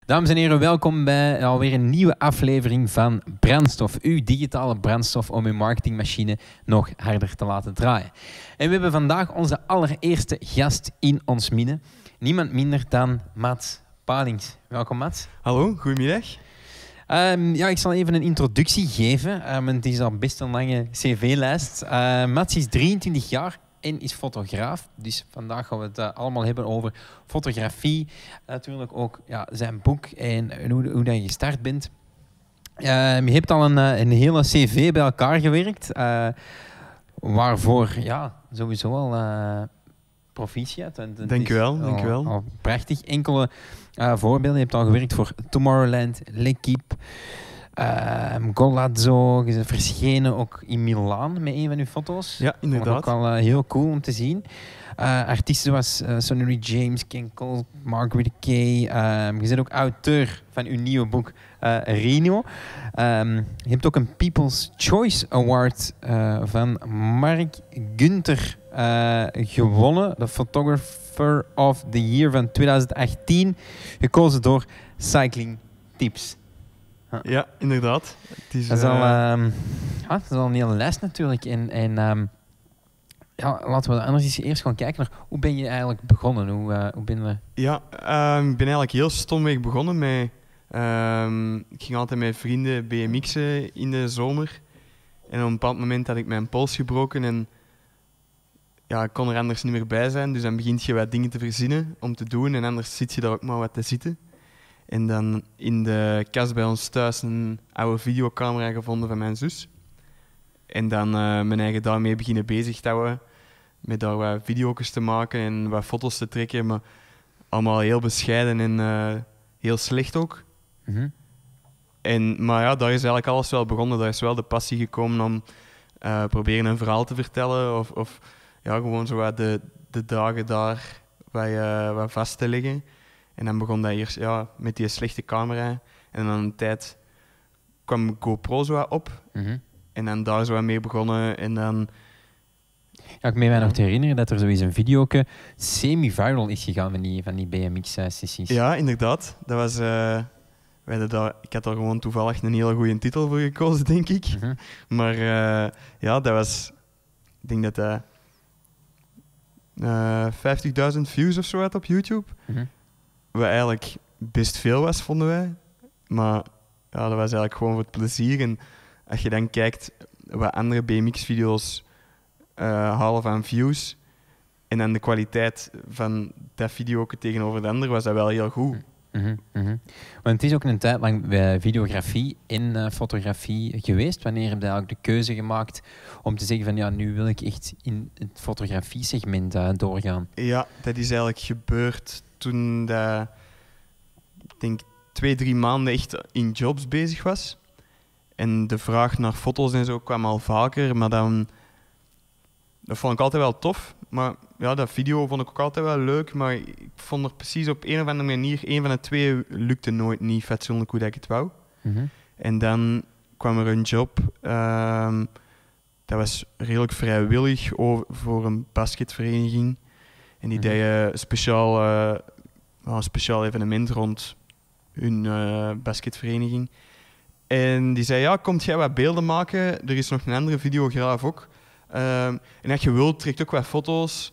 Dames en heren, welkom bij alweer een nieuwe aflevering van Brandstof. Uw digitale brandstof om uw marketingmachine nog harder te laten draaien. En we hebben vandaag onze allereerste gast in ons midden. Niemand minder dan Mats Palings. Welkom Mats. Hallo, goedemiddag. Ik zal even een introductie geven. Het is al best een lange cv-lijst. Mats is 23 jaar en is fotograaf. Dus vandaag gaan we het allemaal hebben over fotografie. Natuurlijk ook zijn boek en hoe dat je gestart bent. Je hebt al een hele cv bij elkaar gewerkt. Waarvoor sowieso al proficiat. Dank u wel. Al prachtig. Enkele voorbeelden. Je hebt al gewerkt voor Tomorrowland, L'Equipe, Golazzo. Je bent verschenen ook in Milaan met een van uw foto's. Ja, inderdaad. Ook al heel cool om te zien. Artiesten zoals Sonny Lee James, Ken Cole, Margaret Kay. Je bent ook auteur van uw nieuwe boek Reno. Je hebt ook een People's Choice Award van Mark Gunther gewonnen. De Photographer of the Year van 2018. Gekozen door Cycling Tips. Ja, inderdaad. Dat is al een hele lijst natuurlijk. Laten we anders eens eerst gaan kijken naar hoe ben je eigenlijk begonnen? Hoe ben je... Ja, ik ben eigenlijk heel stomweg begonnen met... ik ging altijd met vrienden BMX'en in de zomer. En op een bepaald moment had ik mijn pols gebroken en ik kon er anders niet meer bij zijn. Dus dan begint je wat dingen te verzinnen om te doen en anders zit je daar ook maar wat te zitten. En dan in de kast bij ons thuis een oude videocamera gevonden van mijn zus. En dan mijn eigen daarmee beginnen bezig te houden. Met daar wat video's te maken en wat foto's te trekken. Maar allemaal heel bescheiden en heel slecht ook. Mm-hmm. Maar daar is eigenlijk alles wel begonnen. Daar is wel de passie gekomen om proberen een verhaal te vertellen. Of gewoon zo wat de dagen daar wat vast te leggen. En dan begon dat eerst met die slechte camera. En dan een tijd kwam GoPro zo wat op. Mm-hmm. En dan daar zo wat mee begonnen. En dan... Ja, ik meen mij nog te herinneren dat er zoiets een video semi-viral is gegaan van die BMX-sessies. Ja, inderdaad. Dat was... ik had daar gewoon toevallig een hele goede titel voor gekozen, denk ik. Mm-hmm. Maar dat was... Ik denk dat 50.000 views of zo had op YouTube. Mm-hmm. Wat eigenlijk best veel was, vonden wij. Maar dat was eigenlijk gewoon voor het plezier. En als je dan kijkt wat andere BMX-video's halen van views en dan de kwaliteit van dat video tegenover de andere, was dat wel heel goed. Mm-hmm. Mm-hmm. Want het is ook een tijd lang bij videografie en fotografie geweest. Wanneer heb je eigenlijk de keuze gemaakt om te zeggen van nu wil ik echt in het fotografie-segment doorgaan? Ja, dat is eigenlijk gebeurd toen dat, ik denk 2-3 maanden echt in jobs bezig was. En de vraag naar foto's en zo kwam al vaker, maar dat vond ik altijd wel tof. Maar dat video vond ik ook altijd wel leuk, maar ik vond er precies op een of andere manier, een van de twee lukte nooit niet fatsoenlijk hoe dat ik het wou. Mm-hmm. En dan kwam er een job, dat was redelijk vrijwillig voor een basketvereniging. En die deed een speciaal evenement rond hun basketvereniging. En die zei, komt jij wat beelden maken? Er is nog een andere videograaf ook. En als je wilt, trek ook wat foto's.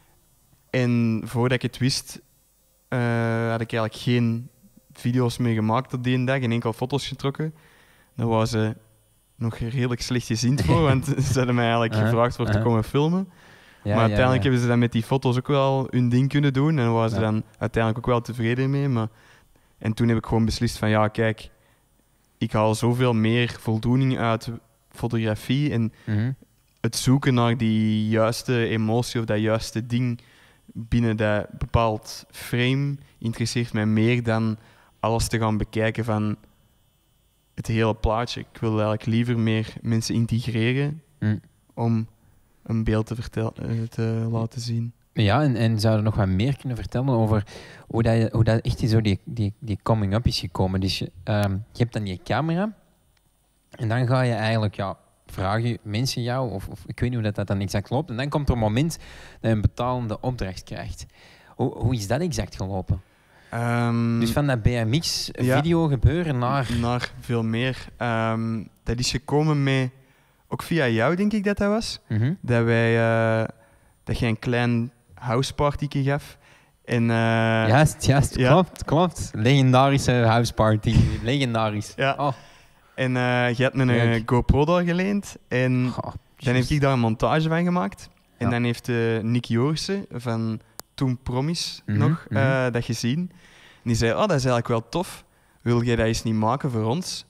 En voordat ik het wist, had ik eigenlijk geen video's meer gemaakt op die dag en enkel foto's getrokken. Daar was ze nog redelijk slecht gezind voor, want ze hadden mij eigenlijk gevraagd voor te komen filmen. Maar uiteindelijk hebben ze dan met die foto's ook wel hun ding kunnen doen en daar waren ze dan uiteindelijk ook wel tevreden mee. En toen heb ik gewoon beslist van kijk, ik haal zoveel meer voldoening uit fotografie en het zoeken naar die juiste emotie of dat juiste ding binnen dat bepaald frame interesseert mij meer dan alles te gaan bekijken van het hele plaatje. Ik wil eigenlijk liever meer mensen integreren om een beeld te laten zien. Ja, en zou je nog wat meer kunnen vertellen over hoe dat echt zo die coming-up is gekomen? Dus je hebt dan je camera en dan ga je eigenlijk vragen mensen jou, of ik weet niet hoe dat dan exact loopt. En dan komt er een moment dat je een betalende opdracht krijgt. Hoe is dat exact gelopen? Dus van dat BMX-video gebeuren naar veel meer. Dat is gekomen met... Ook via jou, denk ik dat was. Dat wij... dat je een klein houseparty gaf. En, juist. Ja. Klopt. Legendarische houseparty. Legendarisch. Ja. Oh. En je had me een GoPro daar geleend. En dan heb ik daar een montage van gemaakt. En dan heeft Nick Jorissen van Toen Promis nog dat gezien. En die zei, dat is eigenlijk wel tof. Wil jij dat eens niet maken voor ons?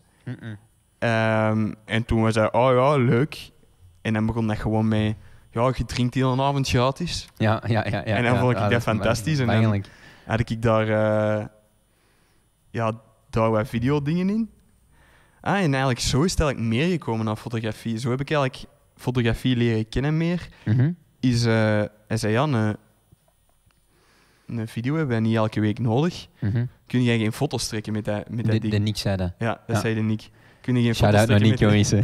En toen was hij, leuk. En dan begon dat gewoon mee... Ja, je drinkt hier een avond gratis. Ja. En dan vond ik dat fantastisch. En dan had ik daar, daar wat videodingen in. En eigenlijk zo is het eigenlijk meer gekomen aan fotografie. Zo heb ik eigenlijk fotografie leren kennen meer. Hij zei, een video hebben we niet elke week nodig. Kun jij geen foto's trekken met dat ding? De Nick zei dat. Ja, dat zei de Nick. Kun je geen shout-out naar Nick Jorissen.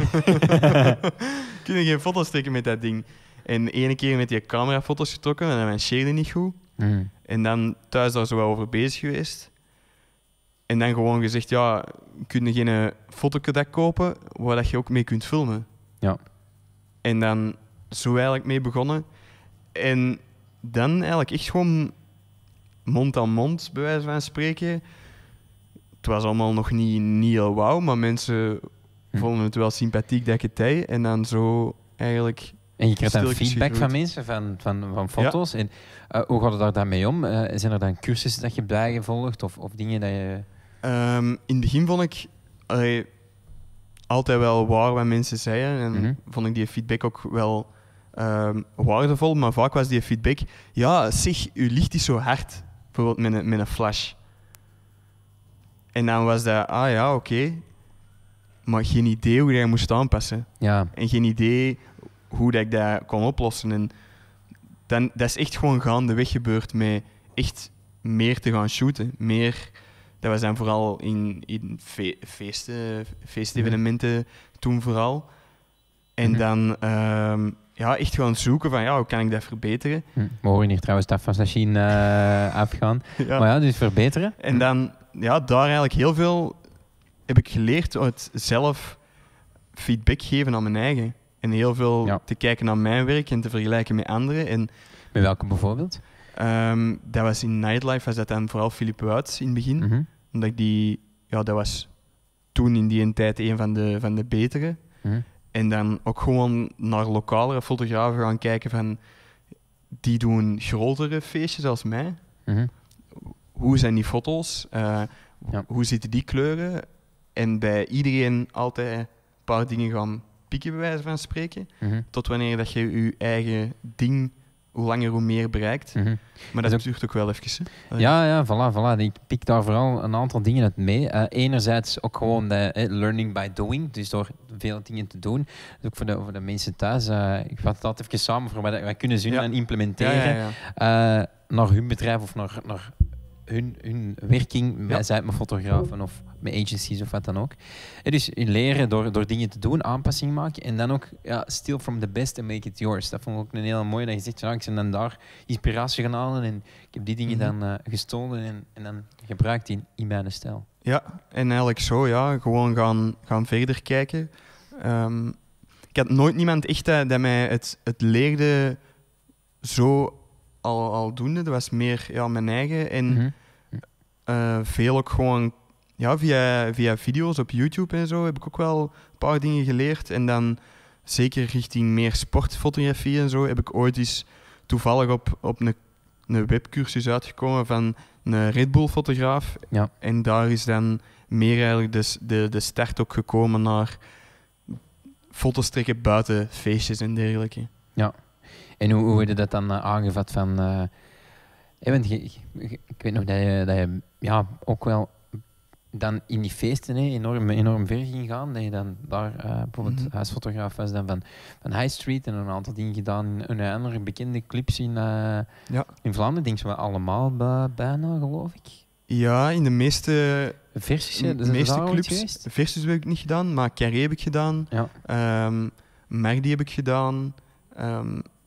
Kun je geen foto's trekken met dat ding? En ene keer met die camerafoto's getrokken en dat marcheerde niet goed. En dan thuis daar zo wel over bezig geweest. En dan gewoon gezegd, kun je geen fotocadet kopen waar dat je ook mee kunt filmen? Ja. En dan zo eigenlijk mee begonnen. En dan eigenlijk echt gewoon mond aan mond, bij wijze van spreken. Het was allemaal nog niet heel wauw, maar mensen vonden het wel sympathiek dat ik het deed. En dan zo eigenlijk... En je krijgt dan feedback van mensen, van foto's. Ja. En hoe gaat het daar mee om? Zijn er dan cursussen dat je bijgevolgd of dingen dat je... In het begin vond ik altijd wel waar wat mensen zeiden. En vond ik die feedback ook wel waardevol. Maar vaak was die feedback... Ja, zeg, uw licht is zo hard. Bijvoorbeeld met een flash. En dan was dat... oké. Maar geen idee hoe je moest aanpassen. Ja. En geen idee... hoe dat ik dat kon oplossen. En dan, dat is echt gewoon gaandeweg gebeurd met echt meer te gaan shooten. Dat was dan vooral in feestevenementen toen vooral. En dan echt gaan zoeken van hoe kan ik dat verbeteren. We horen hier trouwens de afwasmachine afgaan. Ja. Maar dus verbeteren. En dan daar eigenlijk heel veel heb ik geleerd uit zelf feedback geven aan mijn eigen. En heel veel te kijken naar mijn werk en te vergelijken met anderen. En, met welke bijvoorbeeld? Dat was in Nightlife, was dat dan vooral Philippe Wuits in het begin. Omdat ik dat was toen in die tijd een van de betere. En dan ook gewoon naar lokalere fotografen gaan kijken van... Die doen grotere feestjes als mij. Hoe zijn die foto's? Hoe zitten die kleuren? En bij iedereen altijd een paar dingen gaan... pieken, bij wijze van spreken. Tot wanneer dat je je eigen ding, hoe langer hoe meer bereikt. Maar dat duurt ook wel even. Ja, voilà. Ik pik daar vooral een aantal dingen uit mee. Enerzijds ook gewoon learning by doing, dus door veel dingen te doen. Dus ook voor de mensen thuis. Ik vat het altijd even samen voor wat wij kunnen zien en implementeren naar hun bedrijf of naar hun werking, zij het met fotografen of met agencies of wat dan ook. En dus leren door dingen te doen, aanpassingen maken en dan ook steal from the best and make it yours. Dat vond ik ook een hele mooie, dat je zegt, ik ben dan daar inspiratie gaan halen en ik heb die dingen dan gestolen en dan gebruikt in mijn stijl. Ja, en eigenlijk zo, gewoon gaan verder kijken. Ik had nooit niemand echt dat mij het leerde zo al doende. Dat was meer mijn eigen en veel ook gewoon via video's op YouTube en zo heb ik ook wel een paar dingen geleerd. En dan zeker richting meer sportfotografie en zo heb ik ooit eens toevallig op een webcursus uitgekomen van een Red Bull fotograaf. Ja. En daar is dan meer eigenlijk de start ook gekomen naar foto's trekken buiten feestjes en dergelijke. Ja. En hoe heb je dat dan aangevat van... want ik weet nog dat je ook wel dan in die feesten enorm ver ging gaan. Dat je dan daar bijvoorbeeld huisfotograaf was dan van High Street en een aantal dingen gedaan in een andere bekende clips in Vlaanderen. Denk je wel allemaal bijna, geloof ik? Ja, in de meeste... Versies, de meeste clips. Versies heb ik niet gedaan, maar Carré heb ik gedaan. Ja. Merdi heb ik gedaan.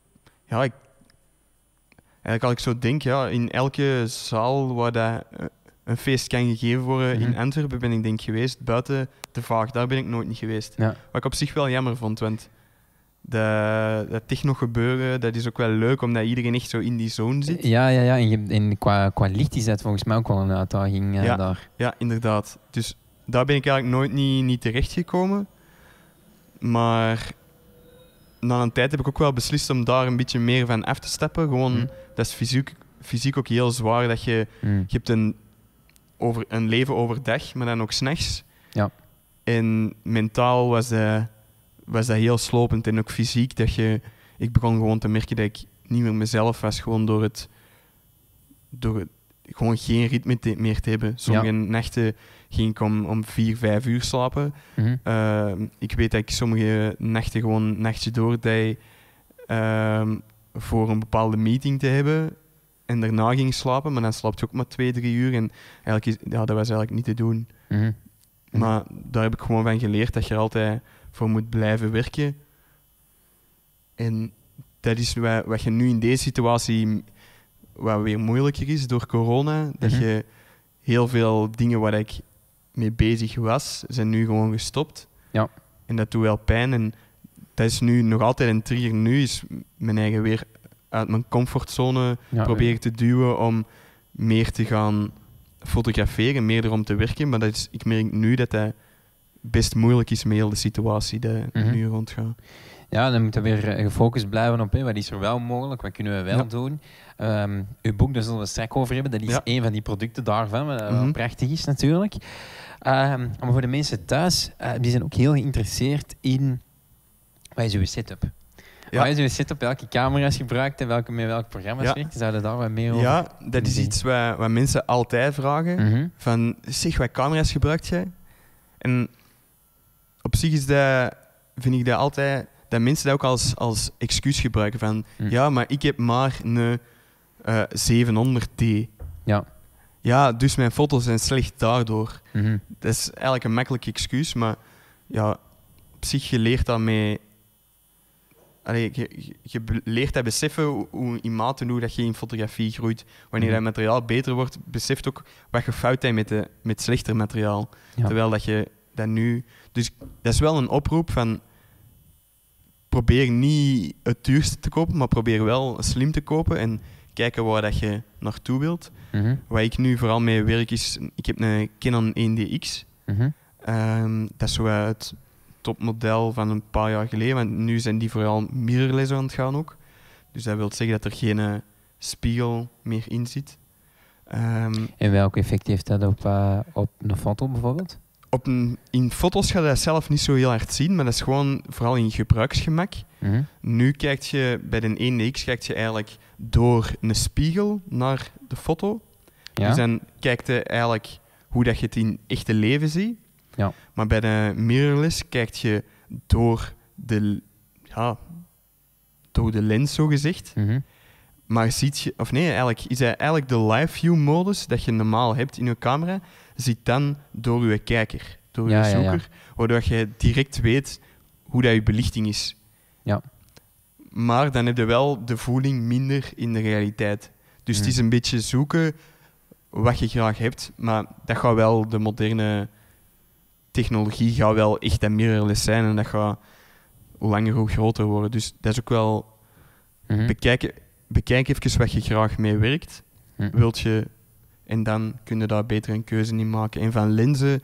Eigenlijk als ik zo denk, in elke zaal waar dat een feest kan gegeven worden Mhm. in Antwerpen, ben ik denk geweest. Buiten de Vaag, daar ben ik nooit niet geweest. Ja. Wat ik op zich wel jammer vond, want dat techno gebeuren, dat is ook wel leuk, omdat iedereen echt zo in die zone zit. Ja. En qua licht is dat volgens mij ook wel een uitdaging Ja. daar. Ja, inderdaad. Dus daar ben ik eigenlijk nooit niet terechtgekomen. Maar na een tijd heb ik ook wel beslist om daar een beetje meer van af te stappen. Gewoon, Mhm. dat is fysiek ook heel zwaar. Dat je hebt een leven overdag, maar dan ook 's nachts. Ja. En mentaal was dat heel slopend. En ook fysiek. Ik begon gewoon te merken dat ik niet meer mezelf was. Gewoon door het gewoon geen ritme meer te hebben. Sommige nachten ging ik om 4, 5 uur slapen. Mhm. Ik weet dat ik sommige nachten gewoon een nachtje doordeed voor een bepaalde meeting te hebben. En daarna ging slapen, maar dan slaap je ook maar 2, 3 uur. En eigenlijk dat was eigenlijk niet te doen. Mhm. Mhm. Maar daar heb ik gewoon van geleerd dat je er altijd voor moet blijven werken. En dat is wat je nu in deze situatie, wat weer moeilijker is door corona, dat Mhm. je heel veel dingen waar ik mee bezig was, zijn nu gewoon gestopt. Ja. En dat doet wel pijn. En dat is nu nog altijd een trigger. Nu is mijn eigen weer uit mijn comfortzone Ja, proberen te duwen om meer te gaan fotograferen, meer erom te werken. Maar ik merk nu dat dat best moeilijk is met heel de situatie die Mhm. nu rondgaat. Ja, dan moet je weer gefocust blijven op wat is er wel mogelijk, wat kunnen we wel Ja. doen. Uw boek, daar zullen we het straks over hebben. Dat is Ja. een van die producten daarvan, wat wel Mhm. prachtig is natuurlijk. Maar voor de mensen thuis, die zijn ook heel geïnteresseerd in wat is uw setup? Ja. Wat is uw setup? Welke camera's gebruikt en met welke programma's Ja. werkt? Zouden daar wat meer over? Ja, dat is iets wat mensen altijd vragen. Mhm. Van, zeg, wat camera's gebruikt jij? En op zich vind ik dat altijd, dat mensen dat ook als excuus gebruiken. Van, Mhm. ja, maar ik heb maar een 700D. Ja. Ja, dus mijn foto's zijn slecht daardoor. Mhm. Dat is eigenlijk een makkelijk excuus, maar ja, op zich, je leert dat mee. Allee, je leert dat beseffen hoe in mate hoe dat je in fotografie groeit. Wanneer dat materiaal beter wordt, beseft ook wat je fout hebt met slechter materiaal. Ja. Terwijl dat je dat nu... Dus dat is wel een oproep van... Probeer niet het duurste te kopen, maar probeer wel slim te kopen en kijken waar dat je naartoe wilt. Mhm. Waar ik nu vooral mee werk is... Ik heb een Canon 1DX. Mhm. Dat is zo het topmodel van een paar jaar geleden, want nu zijn die vooral mirrorless aan het gaan ook. Dus dat wil zeggen dat er geen spiegel meer in zit. En welk effect heeft dat op een foto bijvoorbeeld? In foto's ga je dat zelf niet zo heel hard zien, maar dat is gewoon vooral in gebruiksgemak. Mhm. Nu kijk je bij de 1DX je eigenlijk door een spiegel naar de foto. Ja? Dus dan kijkt je eigenlijk hoe dat je het in echte leven ziet. Ja. Maar bij de mirrorless kijk je door de lens, zo gezegd. Mhm. Maar ziet je, of nee, is dat eigenlijk de live view modus dat je normaal hebt in je camera, ziet dan door je kijker, door Ja, je ja, ja. zoeker, waardoor je direct weet hoe dat je belichting is. Ja. Maar dan heb je wel de voeling minder in de realiteit. Dus het is een beetje zoeken wat je graag hebt, maar dat gaat wel, de moderne technologie gaat wel echt een mirrorless zijn en dat gaat hoe langer hoe groter worden. Dus dat is ook wel... Mhm. Bekijk even wat je graag mee werkt. Mhm. Wilt je, en dan kun je daar beter een keuze in maken. En van lenzen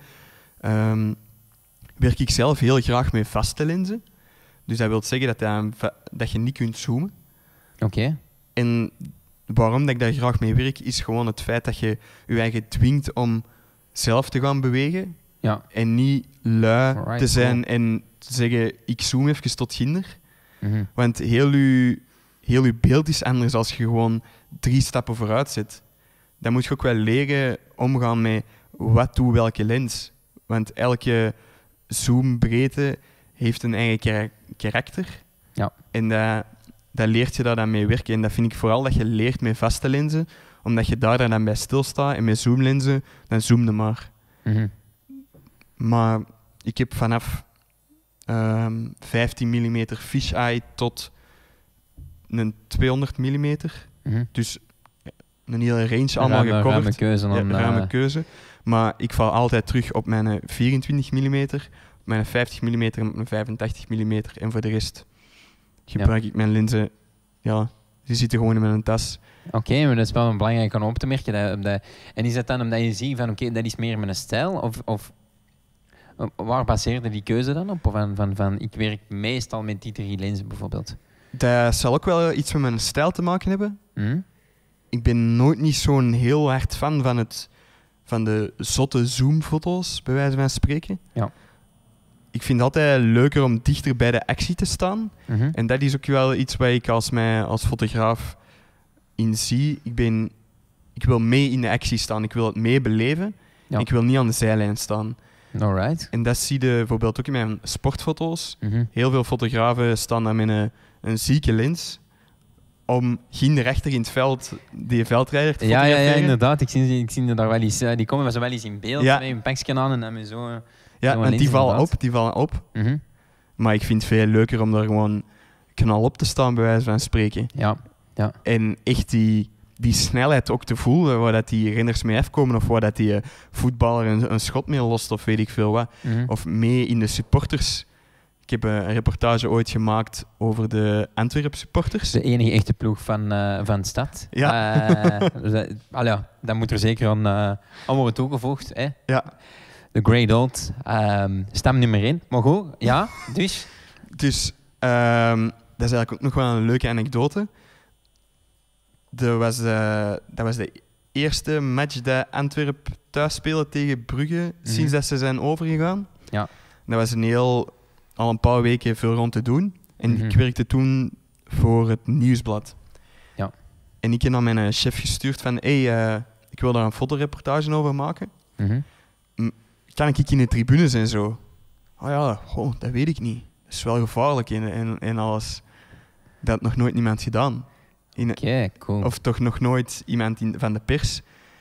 werk ik zelf heel graag met vaste lenzen. Dus dat wil zeggen dat je niet kunt zoomen. Oké. En waarom dat ik daar graag mee werk, is gewoon het feit dat je je eigen dwingt om zelf te gaan bewegen. Ja. En niet lui Alright, te zijn cool. en te zeggen, ik zoom even tot ginder. Mhm. Want heel je beeld is anders als je gewoon 3 stappen vooruit zet. Dan moet je ook wel leren omgaan met wat doet welke lens. Want elke zoombreedte heeft een eigen karakter. Ja. En dat leert je daar dan mee werken. En dat vind ik vooral dat je leert met vaste lenzen, omdat je daar dan bij stilstaat. En met zoomlenzen, dan zoom je maar. Mhm. Maar ik heb vanaf 15 mm fisheye tot een 200 mm. Mhm. Dus een hele range allemaal gecoverd. Ruime keuze. Dan, ruime keuze. Maar ik val altijd terug op mijn 24 mm, mijn 50 mm en mijn 85 mm. En voor de rest gebruik ik mijn lenzen. Ja, die zitten gewoon in mijn tas. Oké, maar dat is wel belangrijk om op te merken. En is dat dan omdat je ziet van oké, dat is meer mijn stijl? Of waar baseerde die keuze dan op? Van ik werk meestal met die 3 lenzen bijvoorbeeld. Dat zal ook wel iets met mijn stijl te maken hebben. Ik ben nooit niet zo'n heel hard fan van de zotte zoomfoto's, bij wijze van spreken. Ja. Ik vind het altijd leuker om dichter bij de actie te staan. En dat is ook wel iets waar ik als fotograaf in zie. Ik wil mee in de actie staan. Ik wil het mee beleven. Ja. Ik wil niet aan de zijlijn staan. Alright. En dat zie je bijvoorbeeld ook in mijn sportfoto's. Heel veel fotografen staan dan met een zieke lens om geen rechter in het veld die veldrijder te fotograferen. Ja, inderdaad. Ik zie er daar wel eens. Die komen zo wel eens in beeld met een pakje aan en dan met zo. Ja, en die vallen op. Maar ik vind het veel leuker om daar gewoon knal op te staan, bij wijze van spreken. Ja. En echt die snelheid ook te voelen, waar dat die renners mee afkomen, of waar dat die voetballer een schot mee lost, of weet ik veel wat. Of mee in de supporters. Ik heb een reportage ooit gemaakt over de Antwerp supporters. De enige echte ploeg van de stad. Ja. Dat moet er zeker aan worden toegevoegd. Hè? Ja. De Great Old. Stamnummer 1. Maar goed, ja, dus... Dus dat is eigenlijk ook nog wel een leuke anekdote. Dat was de eerste match dat Antwerp thuis speelde tegen Brugge sinds dat ze zijn overgegaan. Ja. Dat was al een paar weken veel rond te doen. En ik werkte toen voor het Nieuwsblad. Ja. En ik heb naar mijn chef gestuurd van ik wil daar een fotoreportage over maken. Kan ik in de tribunes en zo? Oh ja, dat weet ik niet. Dat is wel gevaarlijk en alles. Dat had nog nooit niemand gedaan. Oké, cool. Of toch nog nooit iemand van de pers.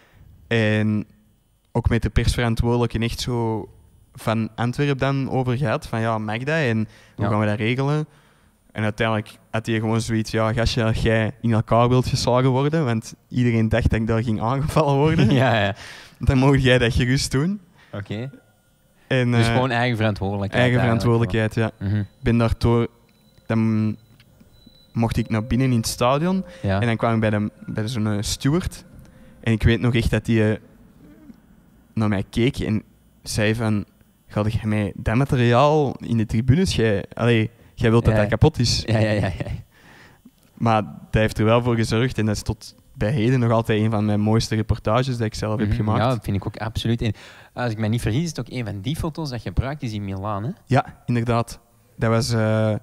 En ook met de persverantwoordelijke echt zo van Antwerpen dan over gehad. Van ja, mag dat? En hoe gaan we dat regelen? En uiteindelijk had hij gewoon zoiets. Ja, gastje, dat jij in elkaar wilt geslagen worden. Want iedereen dacht dat ik daar ging aangevallen worden. Ja. Dan mocht jij dat gerust doen. Oké. Dus gewoon eigen verantwoordelijkheid. Eigen verantwoordelijkheid, ja. Ben daardoor... Dan mocht ik naar binnen in het stadion. Ja. En dan kwam ik bij zo'n steward. En ik weet nog echt dat hij naar mij keek en zei van... Ga je mij dat materiaal in de tribunes? Jij wilt dat dat kapot is. Ja. Maar dat heeft er wel voor gezorgd. En dat is tot bij heden nog altijd een van mijn mooiste reportages dat ik zelf heb gemaakt. Ja, dat vind ik ook absoluut. En als ik me niet vergis, is het ook een van die foto's dat je gebruikt is in Milaan, hè? Ja, inderdaad. Dat was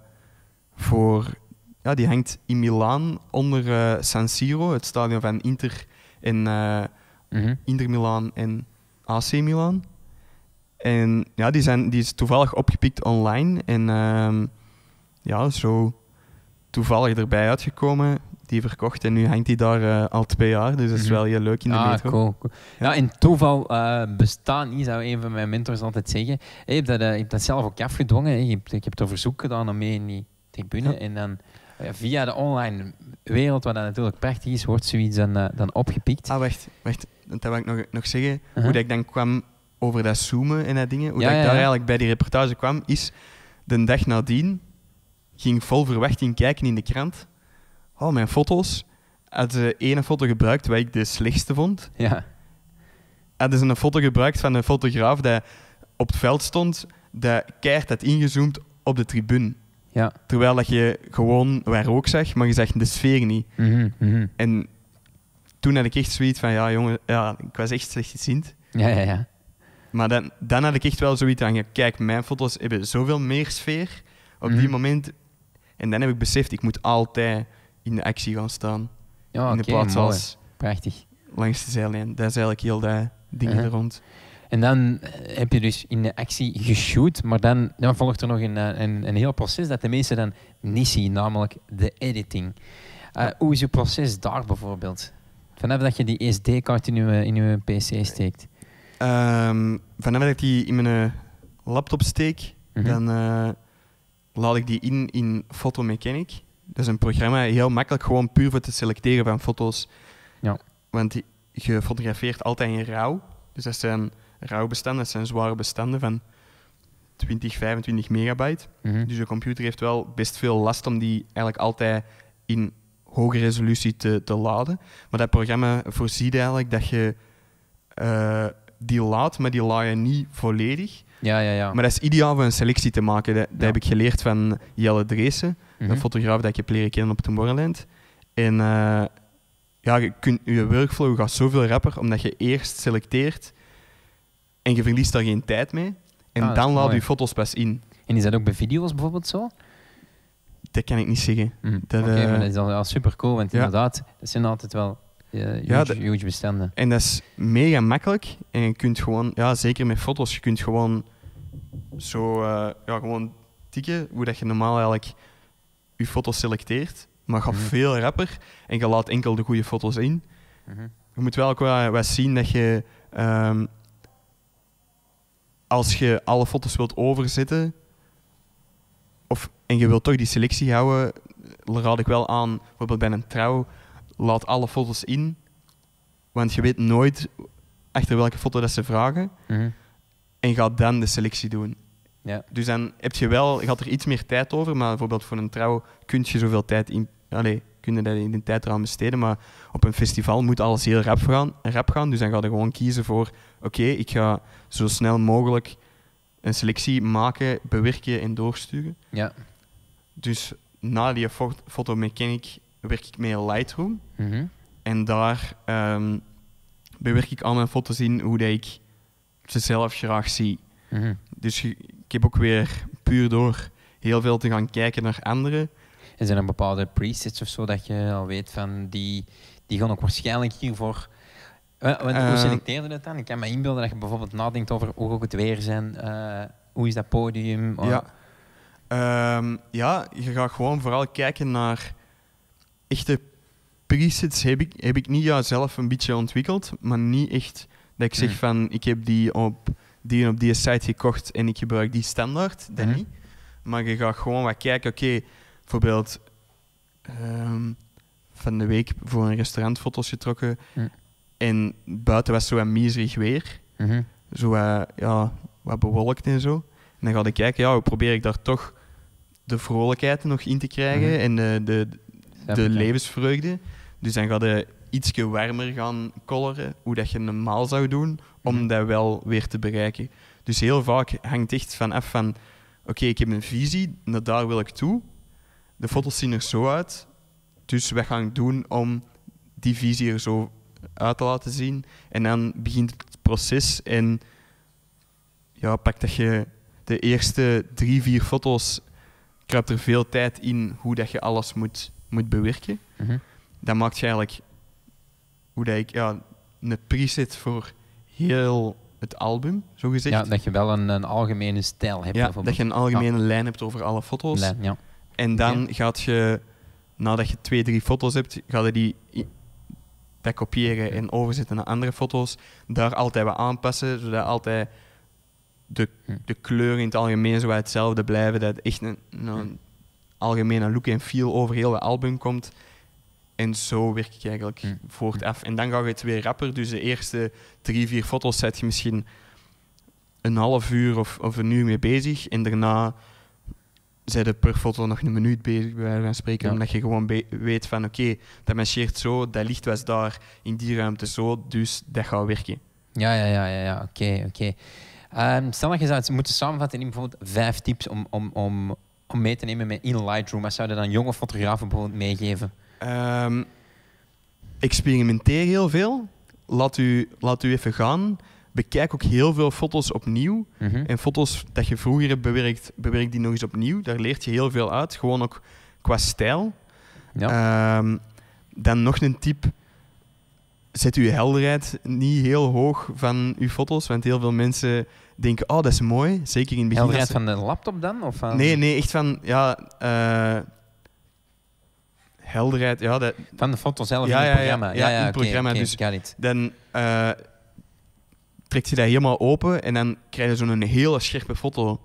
Ja, die hangt in Milaan onder San Siro, het stadion van Inter en Inter Milaan en AC Milaan. En ja, die is toevallig opgepikt online en zo toevallig erbij uitgekomen, die verkocht en nu hangt die daar al 2 jaar, dus dat is wel heel leuk in de metro. Cool. Ja, en toeval bestaat niet, zou een van mijn mentors altijd zeggen. Je hebt dat zelf ook afgedwongen, ik heb er verzoek gedaan om mee in die tribune en dan... via de online wereld, wat dat natuurlijk prachtig is, wordt zoiets dan opgepikt. Wacht. Dat wil ik nog zeggen. Hoe dat ik dan kwam over dat zoomen en dat dingen. Hoe dat ik daar eigenlijk bij die reportage kwam, is de dag nadien ging vol verwachting kijken in de krant. Oh, mijn foto's. Hadden ze ene foto gebruikt wat ik de slechtste vond. Ja. Hadden ze een foto gebruikt van een fotograaf die op het veld stond, dat keihard had ingezoomd op de tribune. Ja. Terwijl dat je gewoon waar ook zag, maar je zag de sfeer niet. En toen had ik echt zoiets van, ja jongen, ik was echt slechtgeziend. Ja. Maar dan had ik echt wel zoiets aan, kijk, mijn foto's hebben zoveel meer sfeer op die moment. En dan heb ik beseft, ik moet altijd in de actie gaan staan. Ja, in de plaats mooi. als prachtig. Langs de zijlijn. Dat is eigenlijk heel dat ding er rond. En dan heb je dus in de actie geshoot, maar dan volgt er nog een heel proces dat de mensen dan niet zien, namelijk de editing. Hoe is je proces daar bijvoorbeeld? Vanaf dat je die SD-kaart in je PC steekt? Vanaf dat ik die in mijn laptop steek, dan laat ik die in Photomechanic. Dat is een programma, heel makkelijk, gewoon puur voor te selecteren van foto's. Ja. Want je fotografeert altijd in RAW. Dus dat zijn RAW-bestanden, dat zijn zware bestanden van 20, 25 megabyte. Dus de computer heeft wel best veel last om die eigenlijk altijd in hoge resolutie te laden. Maar dat programma voorziet eigenlijk dat je die laat, maar die laat je niet volledig. Ja. Maar dat is ideaal voor een selectie te maken. Dat heb ik geleerd van Jelle Dreesen, een fotograaf dat ik heb leren kennen op Tomorrowland. En je workflow gaat zoveel rapper, omdat je eerst selecteert en je verliest daar geen tijd mee. En dan laat je foto's pas in. En is dat ook bij video's bijvoorbeeld zo? Dat kan ik niet zeggen. Oké, maar dat is al super cool, want inderdaad, dat zijn altijd wel huge bestanden. En dat is mega makkelijk. En je kunt gewoon, zeker met foto's, je kunt gewoon zo gewoon tikken hoe dat je normaal eigenlijk je foto's selecteert. Maar gaat veel rapper en je laat enkel de goede foto's in. Je moet wel ook wat zien dat je, als je alle foto's wilt overzetten, en je wilt toch die selectie houden, raad ik wel aan, bijvoorbeeld bij een trouw, laat alle foto's in. Want je weet nooit achter welke foto dat ze vragen. En ga dan de selectie doen. Ja. Dus dan gaat er iets meer tijd over, maar bijvoorbeeld voor een trouw kun je zoveel tijd kun je dat in de tijd eraan besteden, maar op een festival moet alles heel rap gaan. Dus dan ga je gewoon kiezen voor, oké, ik ga zo snel mogelijk een selectie maken, bewerken en doorsturen. Ja. Dus na die fotomechanic werk ik met Lightroom. En daar bewerk ik al mijn foto's in hoe dat ik ze zelf graag zie. Dus ik heb ook weer puur door heel veel te gaan kijken naar anderen. En zijn er bepaalde presets of zo dat je al weet van die gaan ook waarschijnlijk hiervoor. Hoe selecteer je dat dan? Ik kan me inbeelden dat je bijvoorbeeld nadenkt over hoe gaat het weer zijn, hoe is dat podium. Je gaat gewoon vooral kijken naar echte presets. Heb ik niet zelf een beetje ontwikkeld, maar niet echt dat ik zeg van ik heb die op die site gekocht en ik gebruik die standaard. Dat niet. Maar je gaat gewoon wat kijken. Oké, bijvoorbeeld van de week voor een restaurant foto's getrokken en buiten was zo wat miserig weer. Zo wat bewolkt en zo. En dan ga je kijken, hoe probeer ik daar toch de vrolijkheid nog in te krijgen en de levensvreugde. Dus dan ga je ietsje warmer gaan coloren, hoe dat je normaal zou doen, om dat wel weer te bereiken. Dus heel vaak hangt echt van af van, oké, ik heb een visie, naar daar wil ik toe. De foto's zien er zo uit, dus wat ga ik doen om die visie er zo uit te laten zien? En dan begint het proces en pak dat je de eerste 3-4 foto's, kruipt er veel tijd in hoe dat je alles moet bewerken. Dan maakt je eigenlijk hoe dat ik een preset voor heel het album, zo gezegd. Ja, dat je wel een algemene stijl hebt. Ja, dat je een algemene lijn hebt over alle foto's. En dan gaat je, nadat je 2-3 foto's hebt, ga je dat kopiëren en overzetten naar andere foto's. Daar altijd wat aanpassen, zodat altijd de kleuren in het algemeen zo hetzelfde blijven. Dat echt een algemene look en feel over heel het album komt. En zo werk ik eigenlijk voortaf. En dan ga je het weer rapper. Dus de eerste 3-4 foto's zet je misschien een half uur of een uur mee bezig. En daarna zijn je per foto nog een minuut bezig, bij wijze van spreken. Omdat je gewoon weet van oké, dat marcheert zo, dat licht was daar in die ruimte zo, dus dat gaat werken. Ja. Oké. Stel dat je zou moeten samenvatten in bijvoorbeeld 5 tips om mee te nemen in Lightroom. Wat zou je dan jonge fotografen bijvoorbeeld meegeven? Experimenteer heel veel. Laat u even gaan. Bekijk ook heel veel foto's opnieuw. En foto's dat je vroeger hebt bewerkt, bewerk die nog eens opnieuw. Daar leert je heel veel uit. Gewoon ook qua stijl. Ja. Dan nog een tip. Zet uw helderheid niet heel hoog van uw foto's. Want heel veel mensen denken, oh, dat is mooi. Zeker in het begin. Helderheid van de laptop dan? Of van... Nee, echt van... helderheid, van de foto zelf in het programma. Ja, in het programma. Dus dan trekt je dat helemaal open en dan krijg je zo'n hele scherpe foto.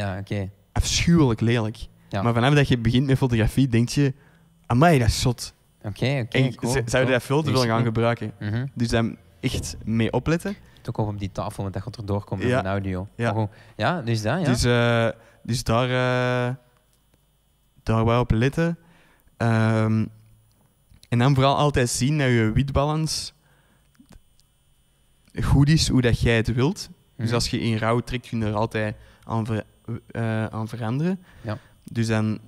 Oké. Afschuwelijk lelijk. Ja. Maar vanaf dat je begint met fotografie, denk je, amai, dat is zot. Oké, En cool. zouden dat veel te veel gaan gebruiken. Mhm. Dus daar echt mee opletten. Het ook op die tafel, want dat gaat erdoor komen Ja. met een audio. Ja. Maar goed. Ja, dus dat, ja. Dus daar wel op letten. En dan vooral altijd zien dat je witbalans goed is hoe dat jij het wilt. Dus Mhm. als je in rouw trekt, kun je er altijd aan veranderen. Ja. Dus dan...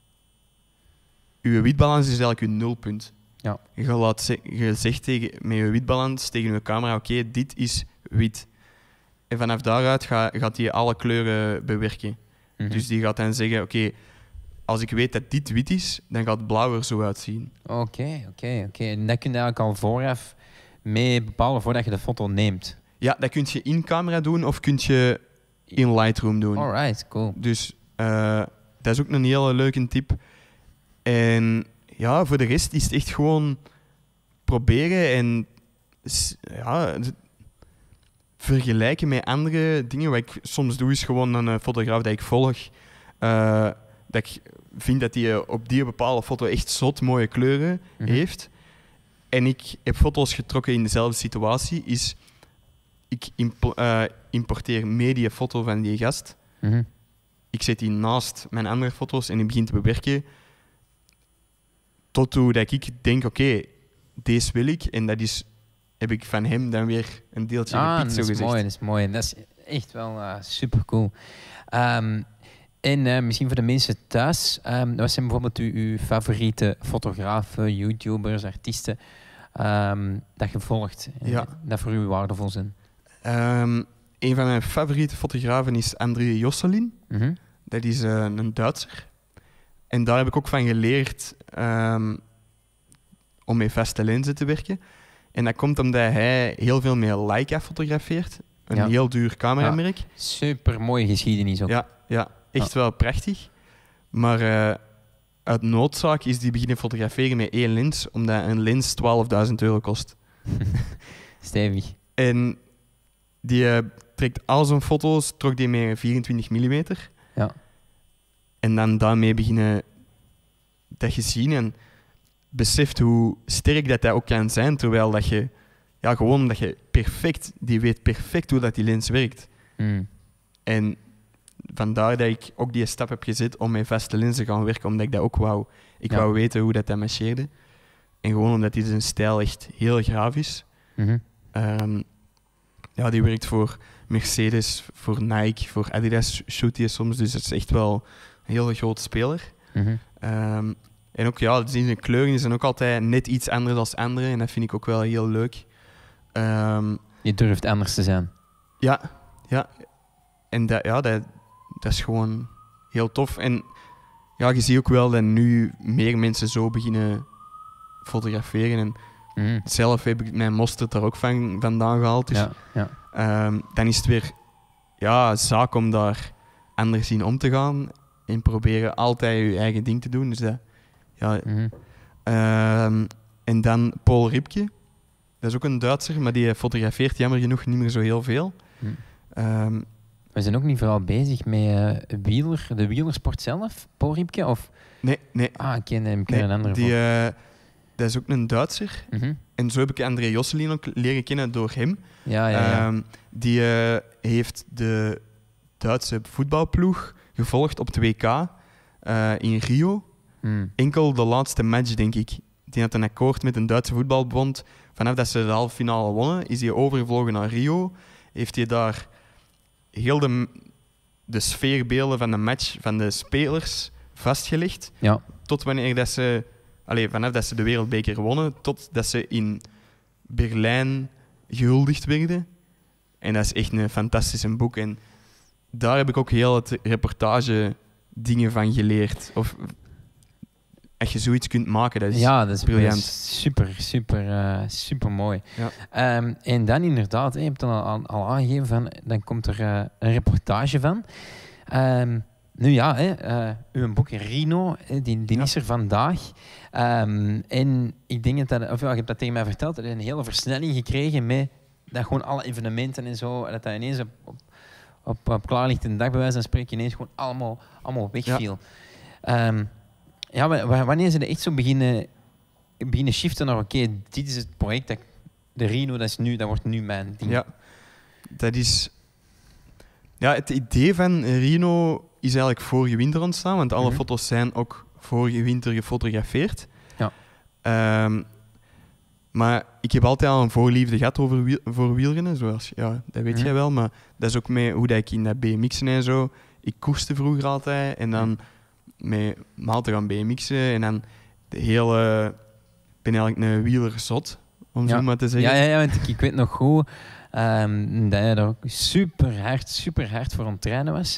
Je witbalans is eigenlijk je nulpunt. Ja. Je zegt met je witbalans tegen je camera, oké, dit is wit. En vanaf daaruit gaat hij alle kleuren bewerken. Mhm. Dus die gaat dan zeggen, oké, als ik weet dat dit wit is, dan gaat het blauw er zo uitzien. Oké. En dat kun je eigenlijk al vooraf mee bepalen voordat je de foto neemt. Ja, dat kun je in camera doen of kun je in Lightroom doen. Alright, cool. Dus dat is ook een hele leuke tip. En ja, voor de rest is het echt gewoon proberen en vergelijken met andere dingen. Wat ik soms doe, is gewoon een fotograaf dat ik volg. Dat ik vind dat hij op die bepaalde foto echt zot mooie kleuren heeft. En ik heb foto's getrokken in dezelfde situatie. Ik importeer mee die foto van die gast. Mhm. Ik zet die naast mijn andere foto's en ik begin te bewerken. Tot hoe dat ik denk, oké, deze wil ik. En heb ik van hem dan weer een deeltje gepikt, zo gezegd. Dat is mooi. Dat is echt wel super cool. En misschien voor de mensen thuis, wat zijn bijvoorbeeld uw favoriete fotografen, YouTubers, artiesten dat je volgt, dat voor u waardevol zijn? Een van mijn favoriete fotografen is André Josselin. Mhm. Dat is een Duitser. En daar heb ik ook van geleerd om met vaste lenzen te werken. En dat komt omdat hij heel veel met Leica fotografeert. Een heel duur cameramerk. Ja. Super mooie geschiedenis ook. Ja, echt wel prachtig. Maar uit noodzaak is die beginnen fotograferen met één lens, omdat een lens €12.000 kost. Stevig. En die trekt al zijn foto's, trok die met 24 mm. Ja. En dan daarmee beginnen dat je zien en beseft hoe sterk dat ook kan zijn, terwijl dat je, gewoon dat je die weet perfect hoe dat die lens werkt. Mm. En vandaar dat ik ook die stap heb gezet om met vaste lenzen te gaan werken, omdat ik dat ook wou. Ik wou weten hoe dat marcheerde. En gewoon omdat die zijn stijl echt heel gaaf is. Mm-hmm. Die werkt voor Mercedes, voor Nike, voor Adidas shoot hij soms. Dus het is echt wel een heel grote speler. Mm-hmm. En ook zijn kleuren zijn ook altijd net iets anders dan anderen. En dat vind ik ook wel heel leuk. Je durft anders te zijn. Ja. En dat is gewoon heel tof. En je ziet ook wel dat nu meer mensen zo beginnen fotograferen. En zelf heb ik mijn mosterd daar ook vandaan gehaald. Dus, dan is het weer zaak om daar anders in om te gaan. En proberen altijd je eigen ding te doen. Dus dat, en dan Paul Ripke. Dat is ook een Duitser, maar die fotografeert jammer genoeg niet meer zo heel veel. We zijn ook niet vooral bezig met de wielersport zelf, Paul Ripke? Of? Nee. Ik ken een andere dat is ook een Duitser. Mm-hmm. En zo heb ik André Josselin ook leren kennen door hem. Ja. Die heeft de Duitse voetbalploeg gevolgd op het WK in Rio. Enkel de laatste match, denk ik. Die had een akkoord met een Duitse voetbalbond. Vanaf dat ze de halve finale wonnen, is hij overgevlogen naar Rio. Heeft hij daar heel de sfeerbeelden van de match van de spelers vastgelegd. Ja. Tot wanneer dat ze... vanaf dat ze de wereldbeker wonnen, totdat ze in Berlijn gehuldigd werden. En dat is echt een fantastisch boek. En daar heb ik ook heel het reportage dingen van geleerd. Of als je zoiets kunt maken, dat is briljant. Dat is super mooi. Ja. En dan inderdaad, je hebt dan al aangegeven, van, dan komt er een reportage van. Uw boek Rino, die is er vandaag. En ik denk je hebt dat tegen mij verteld, dat je een hele versnelling gekregen met dat gewoon alle evenementen en zo, dat ineens op klaarlichte dag bij wijze van spreken ineens gewoon allemaal wegviel. Wanneer ze er echt zo beginnen beginnen shiften naar oké, dit is het project, de Rhino, dat wordt nu mijn ding. Ja, dat is... Ja, het idee van Rhino is eigenlijk vorige winter ontstaan, want alle foto's zijn ook vorige winter gefotografeerd. Ja. Maar ik heb altijd al een voorliefde gehad voor wielrennen, zoals, ja, dat weet jij wel, maar dat is ook met hoe dat ik in dat BMX'en en zo... Ik koerste vroeger altijd en dan met Maarten gaan BMX'en en dan de hele... Ik ben eigenlijk een wielerzot, om zo maar te zeggen. Ja, want ik weet nog goed dat je er ook super hard voor aan het trainen was.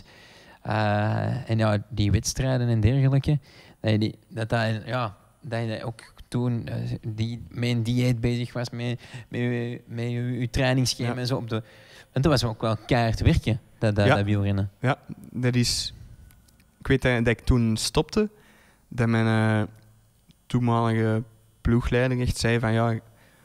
En ja, die wedstrijden en dergelijke, dat je ook toen met een dieet bezig was, met je trainingsschema en zo. En dat was ook wel keihard werken, dat wielrennen. Ja, dat is... Ik weet dat ik toen stopte, dat mijn toenmalige ploegleider echt zei van ja,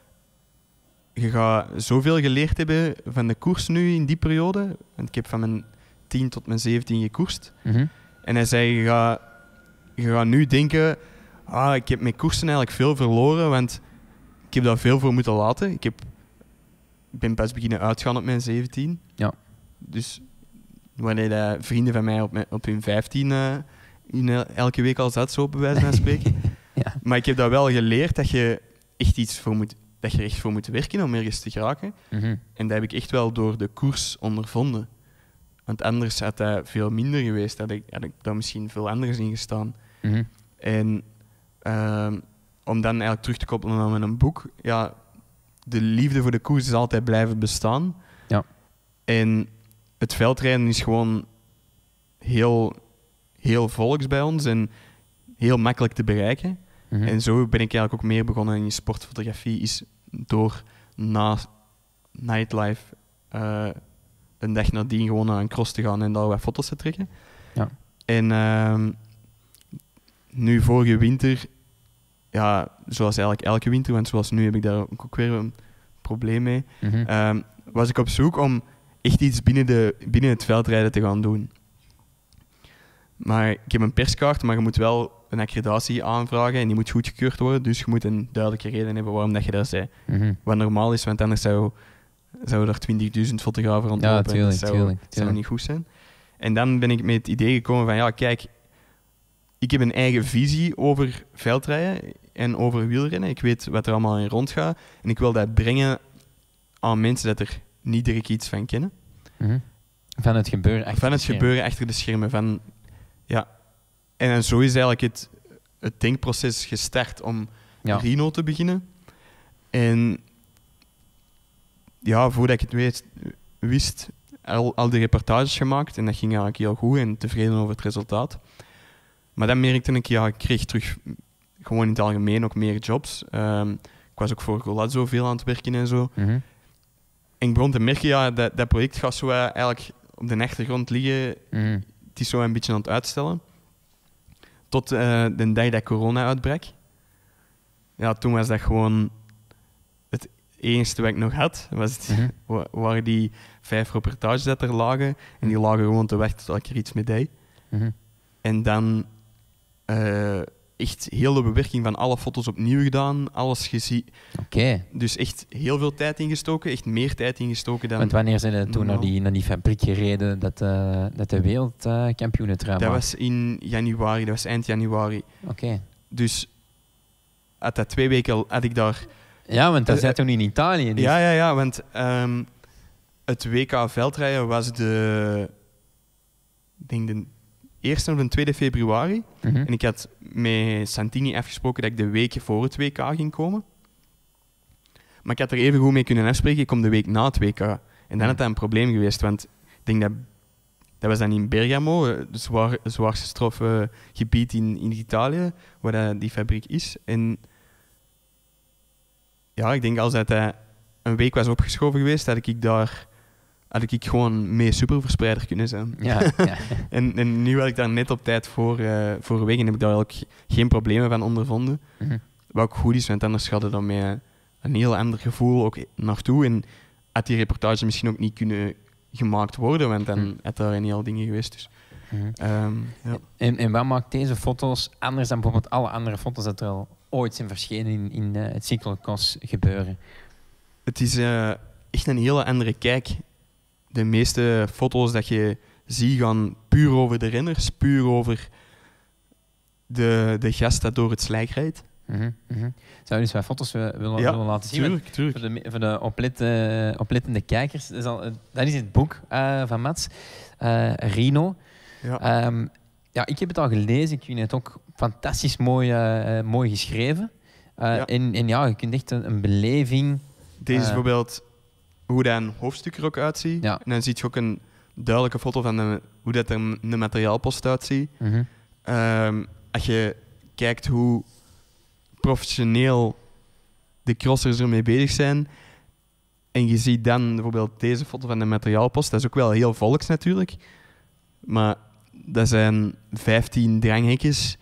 je gaat zoveel geleerd hebben van de koers nu in die periode. Want ik heb van mijn 10 tot mijn 17 gekoerst. En hij zei, je gaat nu denken, ik heb met koersen eigenlijk veel verloren, want ik heb daar veel voor moeten laten. Ik ben pas beginnen uitgaan op mijn 17. Ja. Dus wanneer vrienden van mij op hun 15 elke week al zat, zo bij wijze van spreken. Ja. Maar ik heb dat wel geleerd dat je echt dat je er echt voor moet werken om ergens te geraken. En dat heb ik echt wel door de koers ondervonden. Want anders had dat veel minder geweest. Had ik daar misschien veel anders in gestaan. En om dan eigenlijk terug te koppelen naar mijn boek, ja, de liefde voor de koers is altijd blijven bestaan. Ja. En het veldrijden is gewoon heel, heel volks bij ons en heel makkelijk te bereiken. En zo ben ik eigenlijk ook meer begonnen in sportfotografie, is door na nightlife een dag nadien gewoon naar een cross te gaan en daar wat foto's te trekken. Ja. En nu vorige winter, ja, zoals eigenlijk elke winter, want zoals nu heb ik daar ook weer een probleem mee, was ik op zoek om echt iets binnen het veldrijden te gaan doen. Maar ik heb een perskaart, maar je moet wel een accreditatie aanvragen en die moet goedgekeurd worden. Dus je moet een duidelijke reden hebben waarom dat je dat zei. Wat normaal is, want anders zou er 20.000 fotografen rondlopen. Ja, dat zou niet goed zijn. En dan ben ik met het idee gekomen van, ja, kijk, ik heb een eigen visie over veldrijden en over wielrennen. Ik weet wat er allemaal in rondgaat. En ik wil dat brengen aan mensen dat er niet direct iets van kennen. Van het gebeuren achter de schermen. En zo is eigenlijk het denkproces gestart om Rhino te beginnen. En ja, voordat ik het wist, al die reportages gemaakt. En dat ging eigenlijk heel goed en tevreden over het resultaat. Maar dan merkte ik, ik kreeg terug gewoon in het algemeen ook meer jobs. Ik was ook voor Golazzo veel aan het werken en zo. En ik begon te merken, dat project gaat zo eigenlijk op de achtergrond liggen. Het is zo een beetje aan het uitstellen. Tot de dag dat corona uitbrak. Ja, toen was dat gewoon het enige wat ik nog had. Waren die 5 reportages dat er lagen. En die lagen gewoon te wachten tot ik er iets mee deed. En dan echt heel de bewerking van alle foto's opnieuw gedaan. Alles gezien. Dus echt heel veel tijd ingestoken. Echt meer tijd ingestoken dan... Want wanneer zijn we toen naar die fabriek gereden dat de wereldkampioenentrui Dat was in januari. Dat was eind januari. Dus had dat 2 weken had ik daar... Ja, want dat zat toen in Italië. Dus. Ja, want het WK veldrijden was de 1e of de 2e februari. En ik had met Santini afgesproken dat ik de week voor het WK ging komen. Maar ik had er even goed mee kunnen afspreken, ik kom de week na het WK. En dan had dat een probleem geweest, want ik denk dat was dan in Bergamo, het zwaarst getroffen gebied in Italië, waar die fabriek is. En ja, ik denk als dat een week was opgeschoven geweest, had ik gewoon mee superverspreider kunnen zijn. Ja. en nu had ik daar net op tijd voor weg en heb ik daar ook geen problemen van ondervonden. Wat ook goed is, want anders gaat het dan met een heel ander gevoel ook naartoe. En had die reportage misschien ook niet kunnen gemaakt worden, want dan had daar een heel dingen geweest. Dus, En wat maakt deze foto's anders dan bijvoorbeeld alle andere foto's dat er al ooit zijn verschenen in het cyclocross gebeuren. Het is echt een hele andere kijk. De meeste foto's dat je ziet gaan puur over de renners, puur over de gast dat door het slijk rijdt. Zou je dus wat foto's willen laten zien? Tuurlijk. Voor de oplettende kijkers. Dat is het boek van Mats, Rino. Ja. Ik heb het al gelezen. Ik vind het ook fantastisch mooi geschreven. En je kunt echt een beleving... Deze is bijvoorbeeld hoe dat een hoofdstuk er ook uitziet. Ja. En dan zie je ook een duidelijke foto van hoe dat er een materiaalpost uitziet. Als je kijkt hoe professioneel de crossers ermee bezig zijn en je ziet dan bijvoorbeeld deze foto van de materiaalpost, dat is ook wel heel volks natuurlijk, maar dat zijn 15 dranghekjes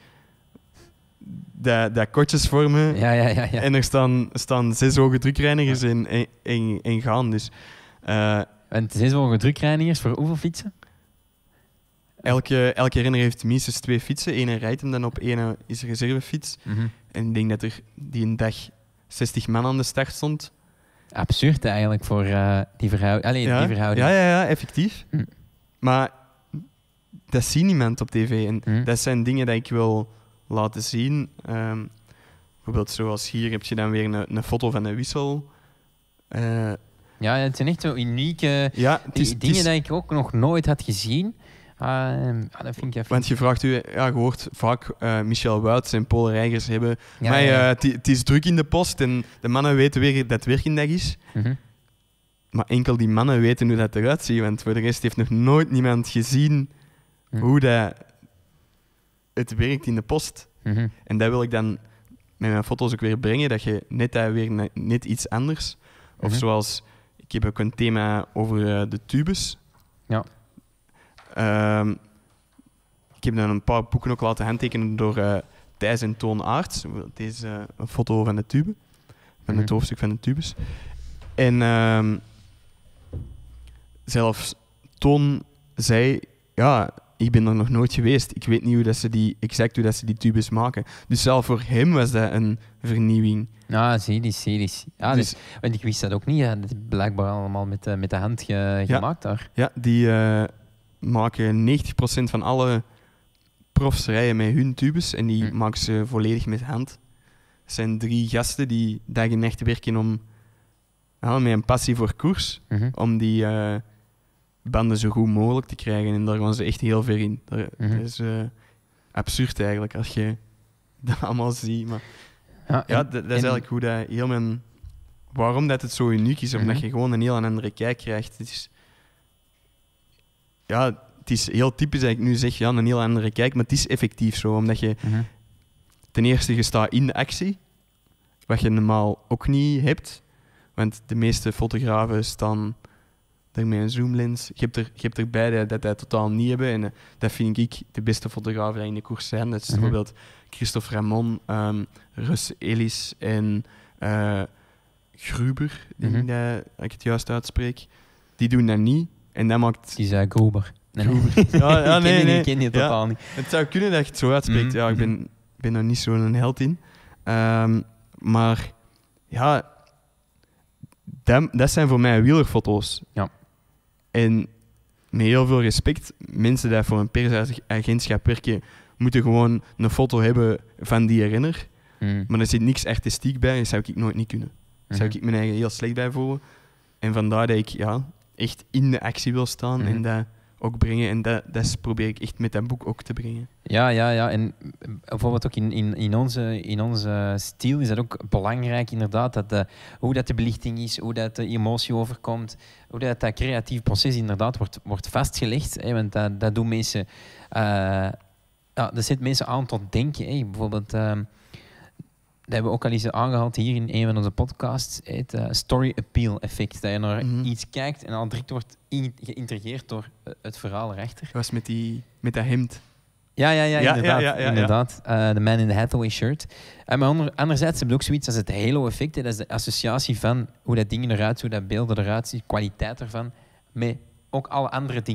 dat kortjes vormen. Ja. En er staan 6 hoge drukreinigers in gaan. Dus, en 6 hoge drukreinigers voor hoeveel fietsen? Elke renner heeft minstens 2 fietsen. Eén rijdt hem dan op, één is een reservefiets. En ik denk dat er die een dag 60 man aan de start stond. Absurd eigenlijk voor die verhouding. Die verhouding. Ja, effectief. Maar dat ziet niemand op tv. En dat zijn dingen die ik wil laten zien. Bijvoorbeeld zoals hier heb je dan weer een foto van een wissel. Het zijn echt zo unieke dingen die ik ook nog nooit had gezien. Dat vind ik want je vraagt je hoort vaak Michel Wouts en Paul Reigers hebben. Het is druk in de post en de mannen weten weer dat het werkendag is. Maar enkel die mannen weten hoe dat eruit ziet. Want voor de rest heeft nog nooit niemand gezien hoe dat het werkt in de post. En dat wil ik dan met mijn foto's ook weer brengen. Dat je net iets anders. Of zoals, ik heb ook een thema over de tubes. Ja. Ik heb dan een paar boeken ook laten handtekenen door Thijs en Toon Aerts. Deze een foto van de tube. Van het hoofdstuk van de tubes. En zelfs Toon zei... Ja, ik ben er nog nooit geweest. Ik weet niet hoe dat ze die tubes maken. Dus zelf voor hem was dat een vernieuwing. Series. Ja, dus, want ik wist dat ook niet. Dat is blijkbaar allemaal met de hand gemaakt daar. Ja, die maken 90% van alle profs rijden met hun tubes en die maken ze volledig met hand. Het zijn 3 gasten die dag en nacht werken met een passie voor koers, om die banden zo goed mogelijk te krijgen. En daar gaan ze echt heel ver in. Dat is absurd eigenlijk, als je dat allemaal ziet. Maar dat is eigenlijk hoe dat heel mijn... Waarom dat het zo uniek is, omdat je gewoon een heel andere kijk krijgt. Het is heel typisch dat ik nu zeg, een heel andere kijk, maar het is effectief zo. Omdat je ten eerste, je staat in de actie, wat je normaal ook niet hebt. Want de meeste fotografen staan er met een zoomlens. Je hebt erbij dat totaal niet hebben. En dat vind ik de beste fotografen die in de koers zijn. Dat is bijvoorbeeld Christophe Ramon, Russ Ellis en Gruber, dat ik het juist uitspreek. Die doen dat niet. En dat maakt... Die zei Gruber. Nee. Ik ken die totaal niet. Het zou kunnen dat je het zo uitspreekt. Ik ben er niet zo'n held in. Maar ja, dat zijn voor mij wielerfoto's. Ja. En met heel veel respect, mensen die voor een persagentschap werken, moeten gewoon een foto hebben van die renner. Maar er zit niks artistiek bij, dat zou ik nooit niet kunnen. Daar zou ik mijn eigen heel slecht bij voelen. En vandaar dat ik echt in de actie wil staan en dat ook brengen. En dat probeer ik echt met dat boek ook te brengen. Ja. En bijvoorbeeld ook in onze stijl is dat ook belangrijk, inderdaad, hoe dat de belichting is, hoe dat de emotie overkomt, hoe dat creatief proces inderdaad wordt vastgelegd. Hè, want dat doen mensen... dat zet mensen aan tot denken. Hè. Bijvoorbeeld... dat hebben we ook al eens aangehaald hier in een van onze podcasts. Het story appeal effect. Dat je naar iets kijkt en al direct wordt geïntrigeerd door het verhaal erachter. Dat was met dat hemd. Ja, inderdaad. The Man in the Hathaway shirt. Maar anderzijds heb je ook zoiets als het halo-effect. Dat is de associatie van hoe dat dingen eruit zien, hoe dat beelden eruit zien, kwaliteit ervan, met ook alle andere dingen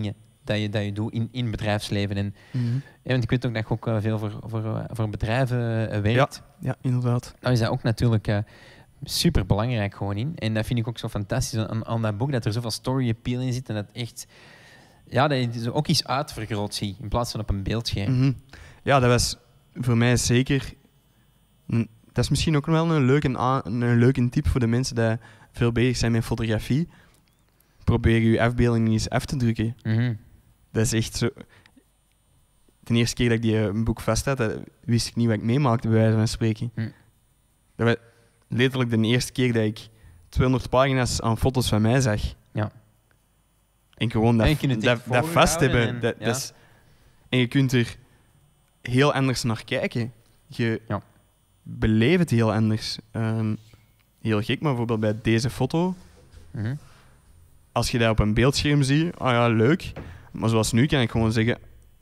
dat je doet in het bedrijfsleven. En, want ik weet ook dat je ook veel voor bedrijven werkt. Ja, inderdaad. Nou is dat ook natuurlijk super belangrijk gewoon in. En dat vind ik ook zo fantastisch aan dat boek, dat er zoveel story appeal in zit en dat echt... Ja, dat je ook iets uitvergroot zie in plaats van op een beeldscherm. Ja, dat was voor mij zeker... Dat is misschien ook wel een leuke tip voor de mensen die veel bezig zijn met fotografie. Probeer je afbeelding eens af te drukken. Dat is echt zo... De eerste keer dat ik die boek vast had, wist ik niet wat ik meemaakte, bij wijze van spreken. Dat was letterlijk de eerste keer dat ik 200 pagina's aan foto's van mij zag. Ja. En gewoon dat vast hebben. En je kunt er heel anders naar kijken. Je beleeft het heel anders. Heel gek, maar bijvoorbeeld bij deze foto... Als je dat op een beeldscherm ziet, leuk. Maar zoals nu kan ik gewoon zeggen...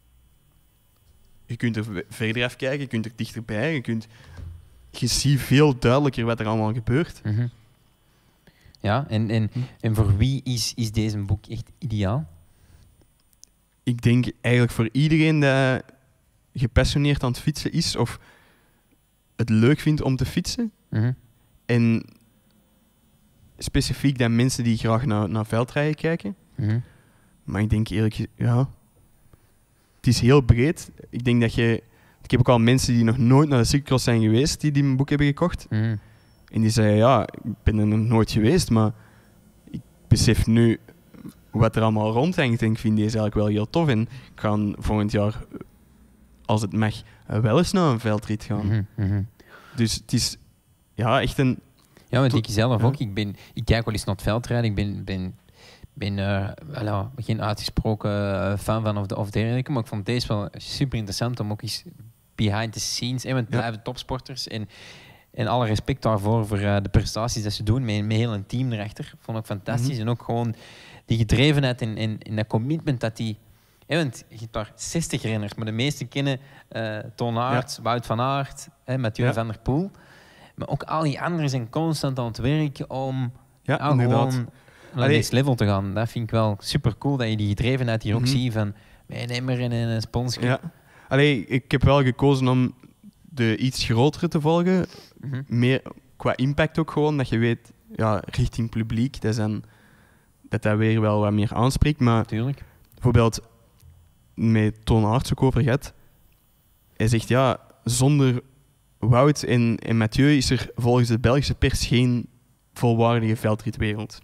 Je kunt er verder afkijken, je kunt er dichterbij, je ziet veel duidelijker wat er allemaal gebeurt. Ja, en voor wie is deze boek echt ideaal? Ik denk eigenlijk voor iedereen die gepassioneerd aan het fietsen is of het leuk vindt om te fietsen. En specifiek dan mensen die graag naar veldrijden kijken. Maar ik denk eerlijk, het is heel breed. Ik denk dat ik heb ook al mensen die nog nooit naar de cyclocross zijn geweest, die mijn boek hebben gekocht. En die zeiden, ik ben er nog nooit geweest, maar ik besef nu wat er allemaal rondhangt en ik vind deze eigenlijk wel heel tof. En ik ga volgend jaar, als het mag, wel eens naar een veldrit gaan. Dus het is echt een... Ja, want ik zelf ook. Ik kijk wel eens naar het veldrijden. Ik ben geen uitgesproken fan van of dergelijke, maar ik vond deze wel super interessant om ook eens behind the scenes... want het blijven topsporters en alle respect daarvoor voor de prestaties dat ze doen, met heel een team erachter. Vond ik fantastisch. En ook gewoon die gedrevenheid en dat commitment dat die... want je hebt daar 60 renners, maar de meesten kennen Toon Aert, Wout van Aert, Mathieu van der Poel. Maar ook al die anderen zijn constant aan het werken om gewoon naar deze level te gaan. Dat vind ik wel super cool, dat je die gedrevenheid hier ook ziet van meenemer en een sponsor. Ja. Ik heb wel gekozen om de iets grotere te volgen. Meer qua impact ook gewoon, dat je weet, richting publiek, dat weer wel wat meer aanspreekt. Maar tuurlijk. Bijvoorbeeld met Toon Aerts ook over gehad. Hij zegt, zonder Wout en Mathieu is er volgens de Belgische pers geen volwaardige veldritwereld.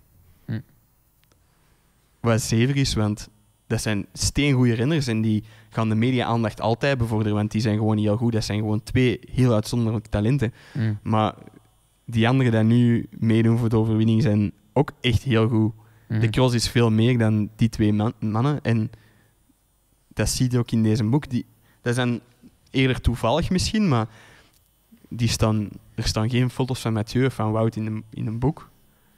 Wat zever is, want dat zijn steengoeie renners en die gaan de media-aandacht altijd bevorderen, want die zijn gewoon heel goed. Dat zijn gewoon 2 heel uitzonderlijke talenten. Maar die anderen die nu meedoen voor de overwinning zijn ook echt heel goed. De cross is veel meer dan die 2 mannen. En dat zie je ook in deze boek. Dat zijn eerder toevallig misschien, maar er staan geen foto's van Mathieu of van Wout in een boek.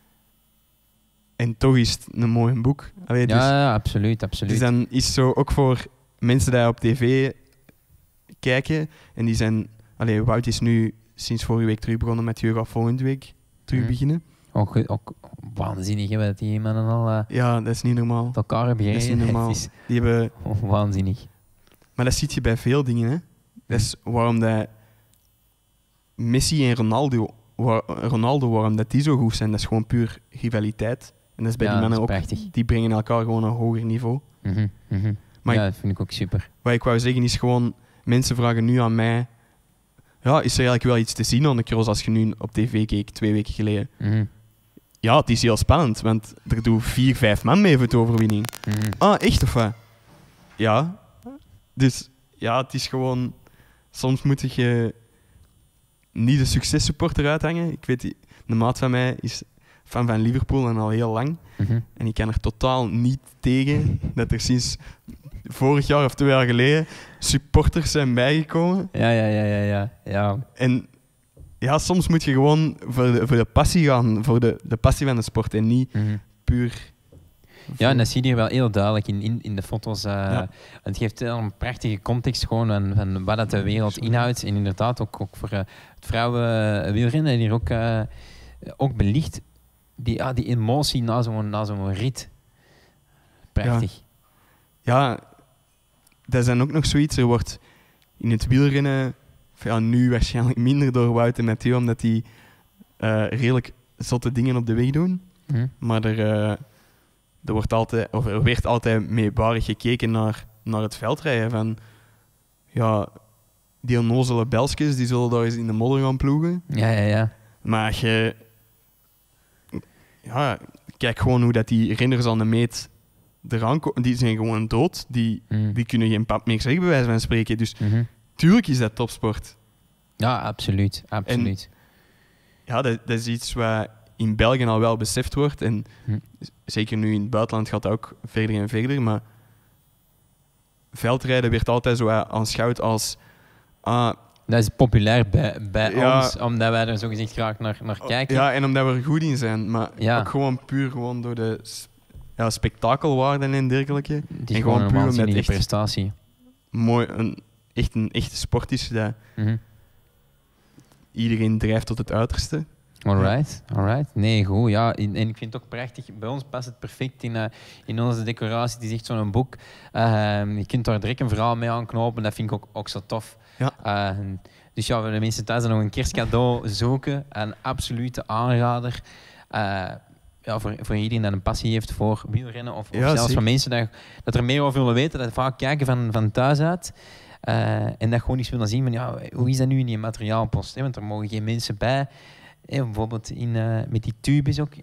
En toch is het een mooi boek. Absoluut. Dus dan is zo ook voor mensen die op tv kijken en die zijn... Wout is nu sinds vorige week terug begonnen, Mathieu gaat volgende week terug beginnen. Ook waanzinnig, dat die mannen al... dat is niet normaal. Elkaar hebben gereden. Dat is niet normaal. Die hebben... waanzinnig. Maar dat zie je bij veel dingen, hè. Dat is waarom dat Messi en Ronaldo, waarom dat die zo goed zijn, dat is gewoon puur rivaliteit. En dat is bij die mannen ook. Prachtig. Die brengen elkaar gewoon een hoger niveau. Maar dat vind ik ook super. Wat ik wou zeggen is gewoon, mensen vragen nu aan mij, is er eigenlijk wel iets te zien aan de cross als je nu op tv keek 2 weken geleden? Ja, het is heel spannend, want er doen 4-5 man mee voor de overwinning. Echt of wat? Ja. Dus het is gewoon, soms moet je niet de successupporter uithangen. Ik weet, de maat van mij is fan van Liverpool en al heel lang. En ik kan er totaal niet tegen dat er sinds vorig jaar of 2 jaar geleden supporters zijn bijgekomen. Ja. En soms moet je gewoon voor de passie gaan, voor de passie van de sport en niet puur... Ja, en dat zie je wel heel duidelijk in de foto's. Het geeft een prachtige context gewoon van wat dat de wereld inhoudt. En inderdaad ook voor het vrouwenwielrennen hier ook belicht. Die emotie na zo'n rit. Prachtig. ja, dat is dan ook nog zoiets. Er wordt in het wielrennen, nu waarschijnlijk minder door Wout en Mathieu, omdat die redelijk zotte dingen op de weg doen. Maar er werd altijd meebarig gekeken naar het veldrijden. Van, ja, die onnozele Belskes, die zullen daar eens in de modder gaan ploegen. Ja. Maar als je... Ja, kijk gewoon hoe dat die renners aan de meet eraan komen. Die zijn gewoon dood. Die kunnen geen pap meer zeggen, bij wijze van spreken. Dus tuurlijk is dat topsport. Ja, absoluut. En, ja, dat is iets wat in België al wel beseft wordt. En zeker nu in het buitenland gaat dat ook verder en verder. Maar veldrijden werd altijd zo aanschouwd als... dat is populair bij ons, omdat wij er zogezegd graag naar kijken. Ja, en omdat we er goed in zijn. Maar ook gewoon puur door de spektakelwaarden en dergelijke. Het is en gewoon puur omdat het prestatie. Mooi, een echte sport is dat iedereen drijft tot het uiterste. Alright. Nee, goed. Ja. En ik vind het ook prachtig. Bij ons past het perfect in onze decoratie. Het is echt zo'n boek. Je kunt daar direct een verhaal mee aanknopen. Dat vind ik ook zo tof. Ja. Dus ja, voor de mensen thuis nog een kerstcadeau zoeken. Een absolute aanrader. Voor iedereen die een passie heeft voor wielrennen. Of zelfs voor mensen dat er meer over willen weten. Dat vaak kijken van thuis uit. En dat gewoon eens willen zien van hoe is dat nu in die materiaalpost? Hè? Want er mogen geen mensen bij. Bijvoorbeeld met die tubes ook.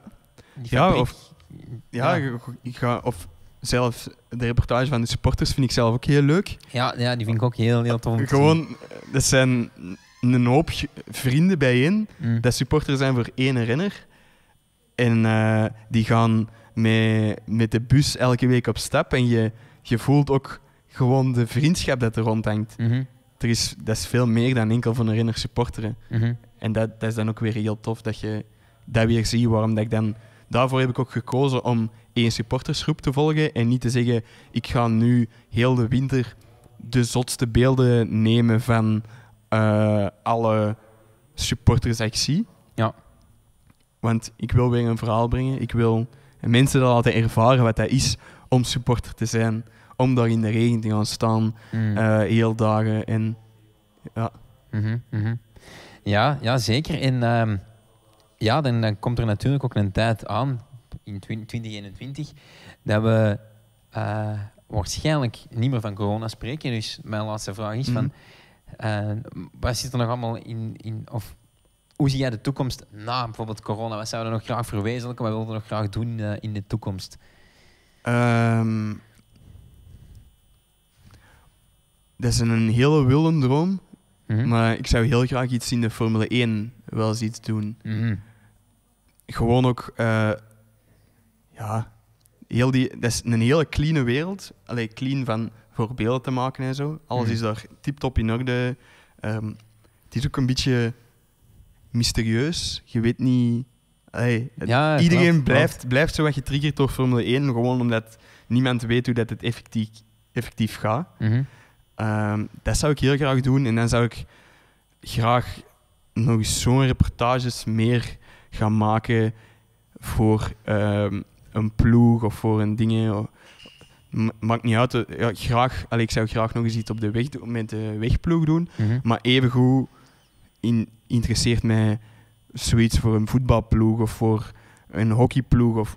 Of zelfs de reportage van de supporters vind ik zelf ook heel leuk. Ja, die vind ik ook heel tof. Gewoon, dat zijn een hoop vrienden bijeen. Dat supporters zijn voor één renner. En die gaan met de bus elke week op stap. En je voelt ook gewoon de vriendschap dat er rondhangt. Dat is veel meer dan enkel van een renner supporteren. En dat is dan ook weer heel tof dat je dat weer ziet. Daarvoor heb ik ook gekozen om één supportersgroep te volgen en niet te zeggen, ik ga nu heel de winter de zotste beelden nemen van alle supporters die ik zie. Ja. Want ik wil weer een verhaal brengen. Ik wil mensen dat laten ervaren wat dat is om supporter te zijn. Om daar in de regen te gaan staan, heel dagen. En, Ja, zeker. En dan komt er natuurlijk ook een tijd aan, in 2021, dat we waarschijnlijk niet meer van corona spreken. Dus mijn laatste vraag is van, wat zit er nog allemaal in of hoe zie jij de toekomst na bijvoorbeeld corona? Wat zouden we nog graag verwezenlijken? Wat willen we nog graag doen in de toekomst? Dat is een hele wilde droom. Maar ik zou heel graag iets in de Formule 1 wel eens iets doen. Gewoon ook... dat is een hele clean wereld. Allee, clean van voor beelden te maken en zo. Alles is daar tip-top in orde. Het is ook een beetje mysterieus. Je weet niet... iedereen blijft zo wat getriggerd door Formule 1. Gewoon omdat niemand weet hoe dat het effectief gaat. Dat zou ik heel graag doen. En dan zou ik graag nog eens zo'n reportages meer gaan maken voor een ploeg of voor een ding. Maakt niet uit. Ik zou graag nog eens iets op de weg doen, met de wegploeg doen. Maar evengoed interesseert mij zoiets voor een voetbalploeg of voor een hockeyploeg.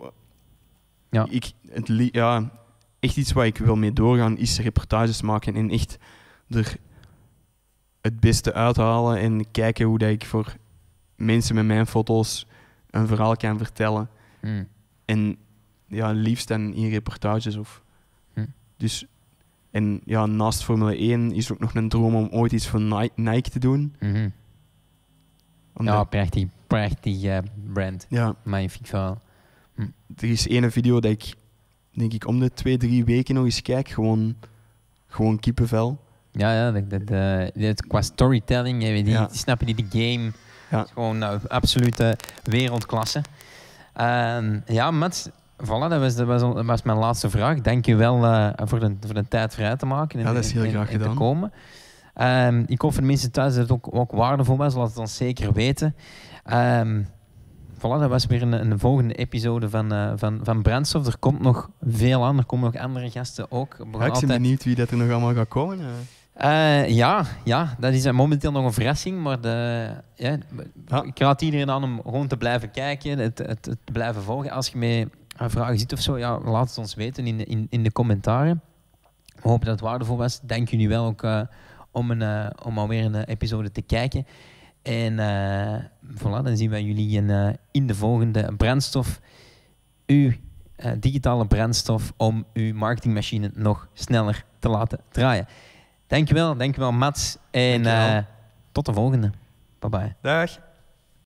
Echt iets waar ik wil mee doorgaan is reportages maken en echt er het beste uithalen en kijken hoe dat ik voor mensen met mijn foto's een verhaal kan vertellen. En liefst dan in reportages. Dus, en naast Formule 1 is ook nog een droom om ooit iets voor Nike te doen. Prachtig brand. Ja. Magnifiek verhaal. Er is één video dat ik, denk ik, om de 2-3 weken nog eens kijk. Gewoon kippenvel. Qua storytelling, die snappen die de game. Ja. Gewoon absolute wereldklasse. Mats, voilà, dat was mijn laatste vraag. Dank je wel voor de tijd vrij te maken dat is heel graag gedaan. Te komen. Ik hoop voor de mensen thuis dat het ook waardevol was. Laat het ons zeker weten. voilà, dat was weer een volgende episode van Brandstof. Er komt nog veel aan, er komen nog andere gasten ook. Ik ben benieuwd wie dat er nog allemaal gaat komen. Ja, dat is momenteel nog een verrassing, maar ik raad iedereen aan om gewoon te blijven kijken, het blijven volgen. Als je met vragen zit of zo, ja, laat het ons weten in de commentaren. We hopen dat het waardevol was. Dank jullie wel ook om alweer een episode te kijken. En voilà, dan zien wij jullie in de volgende Brandstof. Uw digitale brandstof om uw marketingmachine nog sneller te laten draaien. Dankjewel Mats. En tot de volgende. Bye bye. Dag.